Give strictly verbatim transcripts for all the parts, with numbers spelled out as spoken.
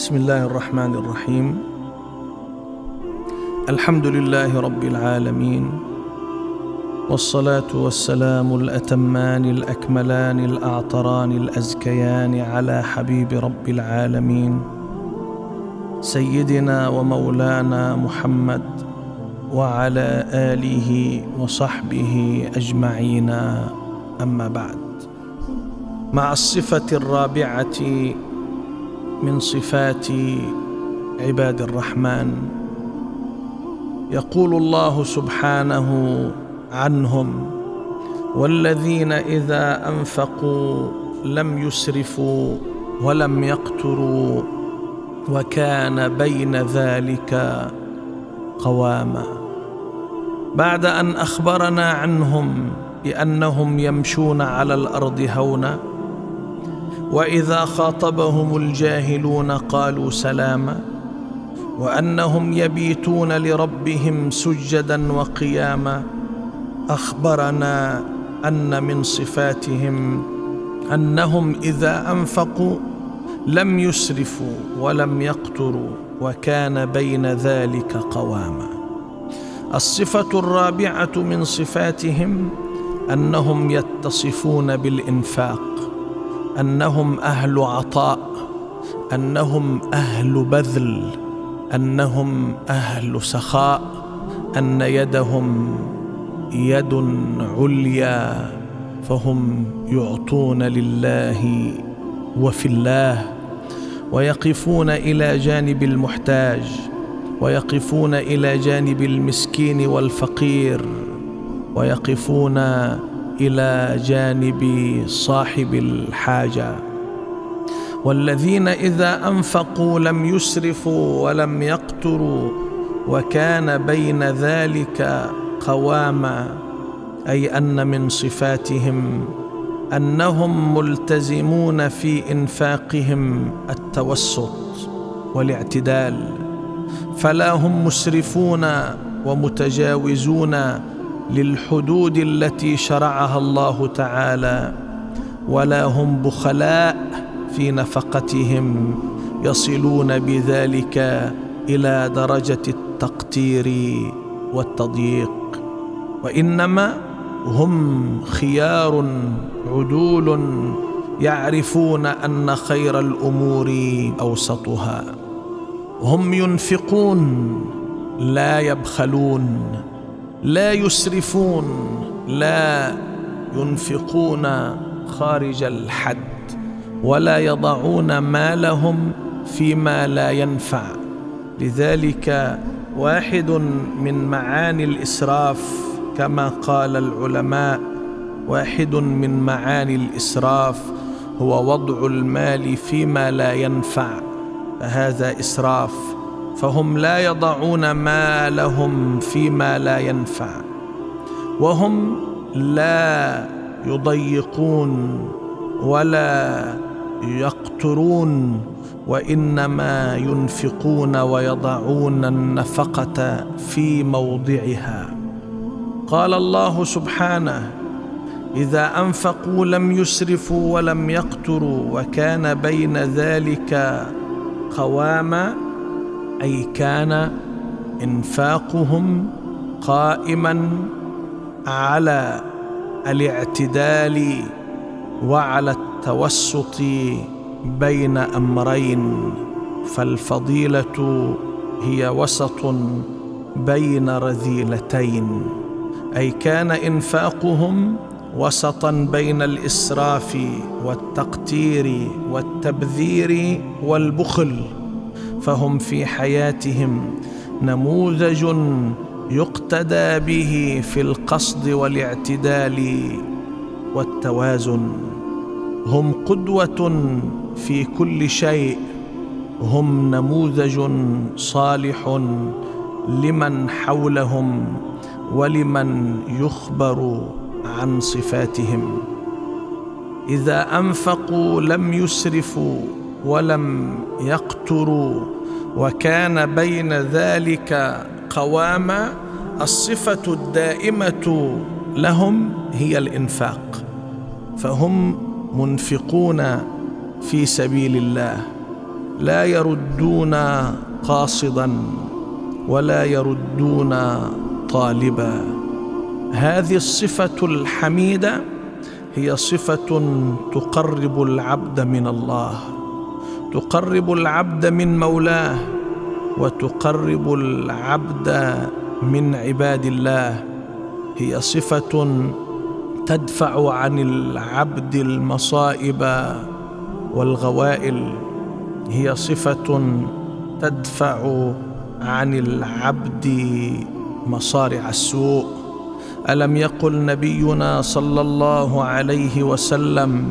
بسم الله الرحمن الرحيم. الحمد لله رب العالمين، والصلاة والسلام الأتمان الأكملان الأعطران الأزكيان على حبيب رب العالمين سيدنا ومولانا محمد وعلى آله وصحبه أجمعين. أما بعد، مع الصفة الرابعة من صفات عباد الرحمن، يقول الله سبحانه عنهم: والذين إذا أنفقوا لم يسرفوا ولم يقتروا وكان بين ذلك قواما. بعد أن أخبرنا عنهم بأنهم يمشون على الأرض هونا، وإذا خاطبهم الجاهلون قالوا سلاما، وأنهم يبيتون لربهم سجدا وقياما، أخبرنا أن من صفاتهم أنهم إذا أنفقوا لم يسرفوا ولم يقتروا وكان بين ذلك قواما. الصفة الرابعة من صفاتهم أنهم يتصفون بالإنفاق، أنهم أهل عطاء، أنهم أهل بذل، أنهم أهل سخاء، أن يدهم يد عليا، فهم يعطون لله وفي الله، ويقفون إلى جانب المحتاج، ويقفون إلى جانب المسكين والفقير، ويقفون إلى جانب صاحب الحاجة. والذين إذا أنفقوا لم يسرفوا ولم يقتروا وكان بين ذلك قواما، أي أن من صفاتهم أنهم ملتزمون في إنفاقهم التوسط والاعتدال، فلا هم مسرفون ومتجاوزون للحدود التي شرعها الله تعالى، ولا هم بخلاء في نفقتهم يصلون بذلك إلى درجة التقتير والتضييق، وإنما هم خيار عدول يعرفون أن خير الأمور أوسطها. هم ينفقون لا يبخلون، لا يسرفون، لا ينفقون خارج الحد، ولا يضعون مالهم فيما لا ينفع. لذلك واحد من معاني الإسراف كما قال العلماء، واحد من معاني الإسراف هو وضع المال فيما لا ينفع، فهذا إسراف. فهم لا يضعون مالهم فيما لا ينفع، وهم لا يضيقون ولا يقترون، وإنما ينفقون ويضعون النفقة في موضعها. قال الله سبحانه: إذا أنفقوا لم يسرفوا ولم يقتروا وكان بين ذلك قواما، أي كان إنفاقهم قائما على الاعتدال وعلى التوسط بين أمرين، فالفضيلة هي وسط بين رذيلتين، أي كان إنفاقهم وسطا بين الإسراف والتقتير والتبذير والبخل، فهم في حياتهم نموذج يقتدى به في القصد والاعتدال والتوازن. هم قدوة في كل شيء، هم نموذج صالح لمن حولهم ولمن يخبر عن صفاتهم. إذا أنفقوا لم يسرفوا ولم يقتروا وكان بين ذلك قواما. الصفة الدائمة لهم هي الإنفاق، فهم منفقون في سبيل الله، لا يردون قاصدا ولا يردون طالبا. هذه الصفة الحميدة هي صفة تقرب العبد من الله، تقرب العبد من مولاه، وتقرب العبد من عباد الله. هي صفة تدفع عن العبد المصائب والغوائل، هي صفة تدفع عن العبد مصارع السوء. ألم يقل نبينا صلى الله عليه وسلم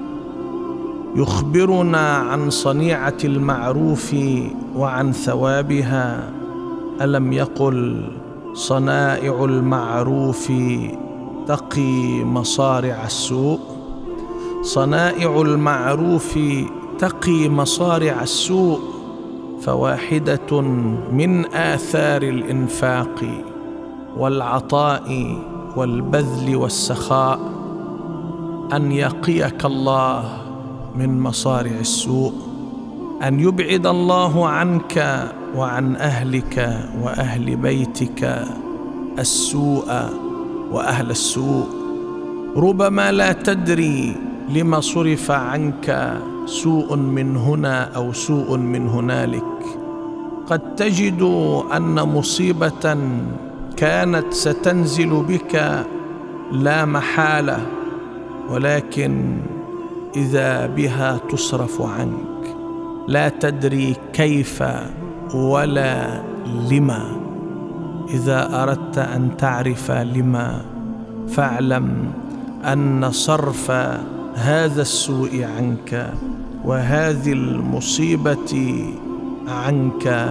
يخبرنا عن صنيعة المعروف وعن ثوابها؟ ألم يقل صنائع المعروف تقي مصارع السوء؟ صنائع المعروف تقي مصارع السوء. فواحدة من آثار الإنفاق والعطاء والبذل والسخاء أن يقيك الله من مصارع السوء، أن يبعد الله عنك وعن أهلك وأهل بيتك السوء وأهل السوء. ربما لا تدري لما صرف عنك سوء من هنا أو سوء من هنالك. قد تجد أن مصيبة كانت ستنزل بك لا محالة، ولكن إذا بها تصرف عنك، لا تدري كيف ولا لما. إذا أردت أن تعرف لما فاعلم أن صرف هذا السوء عنك وهذه المصيبة عنك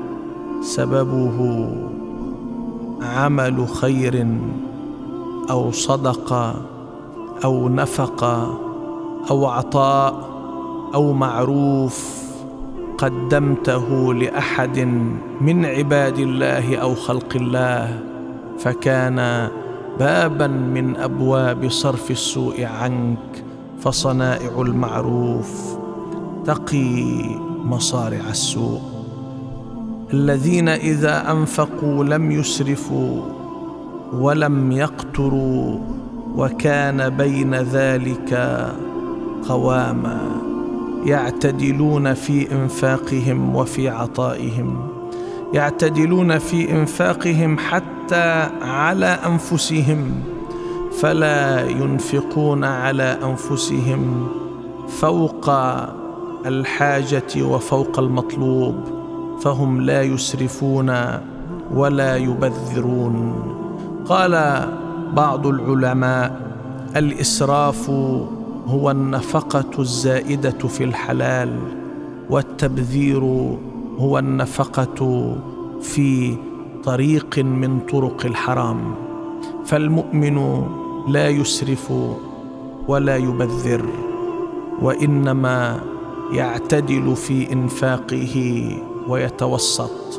سببه عمل خير أو صدقة أو نفقة أو عطاء أو معروف قدمته لأحد من عباد الله أو خلق الله، فكان بابا من أبواب صرف السوء عنك. فصنائع المعروف تقي مصارع السوء. الذين إذا أنفقوا لم يسرفوا ولم يقتروا وكان بين ذلك قواما، يعتدلون في إنفاقهم وفي عطائهم، يعتدلون في إنفاقهم حتى على أنفسهم، فلا ينفقون على أنفسهم فوق الحاجة وفوق المطلوب، فهم لا يسرفون ولا يبذرون. قال بعض العلماء: الإسراف هو النفقة الزائدة في الحلال، والتبذير هو النفقة في طريق من طرق الحرام. فالمؤمن لا يسرف ولا يبذر، وإنما يعتدل في إنفاقه ويتوسط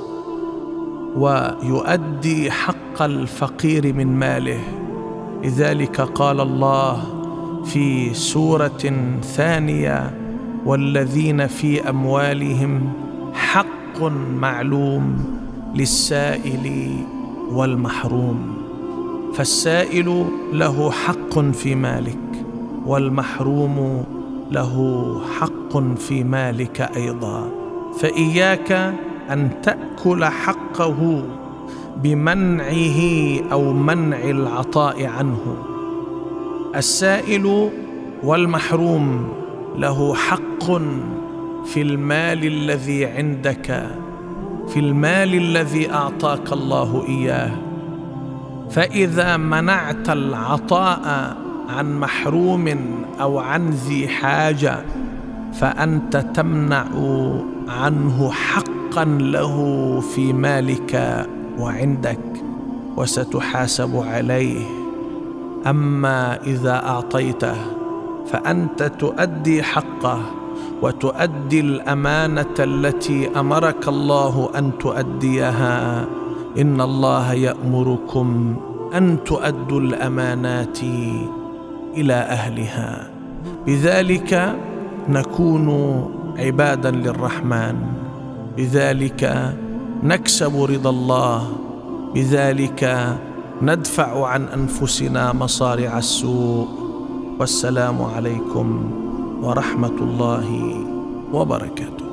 ويؤدي حق الفقير من ماله. لذلك قال الله في سورة ثانية: والذين في أموالهم حق معلوم للسائل والمحروم. فالسائل له حق في مالك، والمحروم له حق في مالك أيضا. فإياك أن تأكل حقه بمنعه أو منع العطاء عنه. السائل والمحروم له حق في المال الذي عندك، في المال الذي أعطاك الله إياه. فإذا منعت العطاء عن محروم أو عن ذي حاجة فأنت تمنع عنه حقا له في مالك وعندك، وستحاسب عليه. أما إذا أعطيته فأنت تؤدي حقه وتؤدي الأمانة التي أمرك الله أن تؤديها. إن الله يأمركم أن تؤدوا الأمانات إلى أهلها. بذلك نكون عبادا للرحمن. بذلك نكسب رضا الله، بذلك ندفع عن أنفسنا مصارع السوء. والسلام عليكم ورحمة الله وبركاته.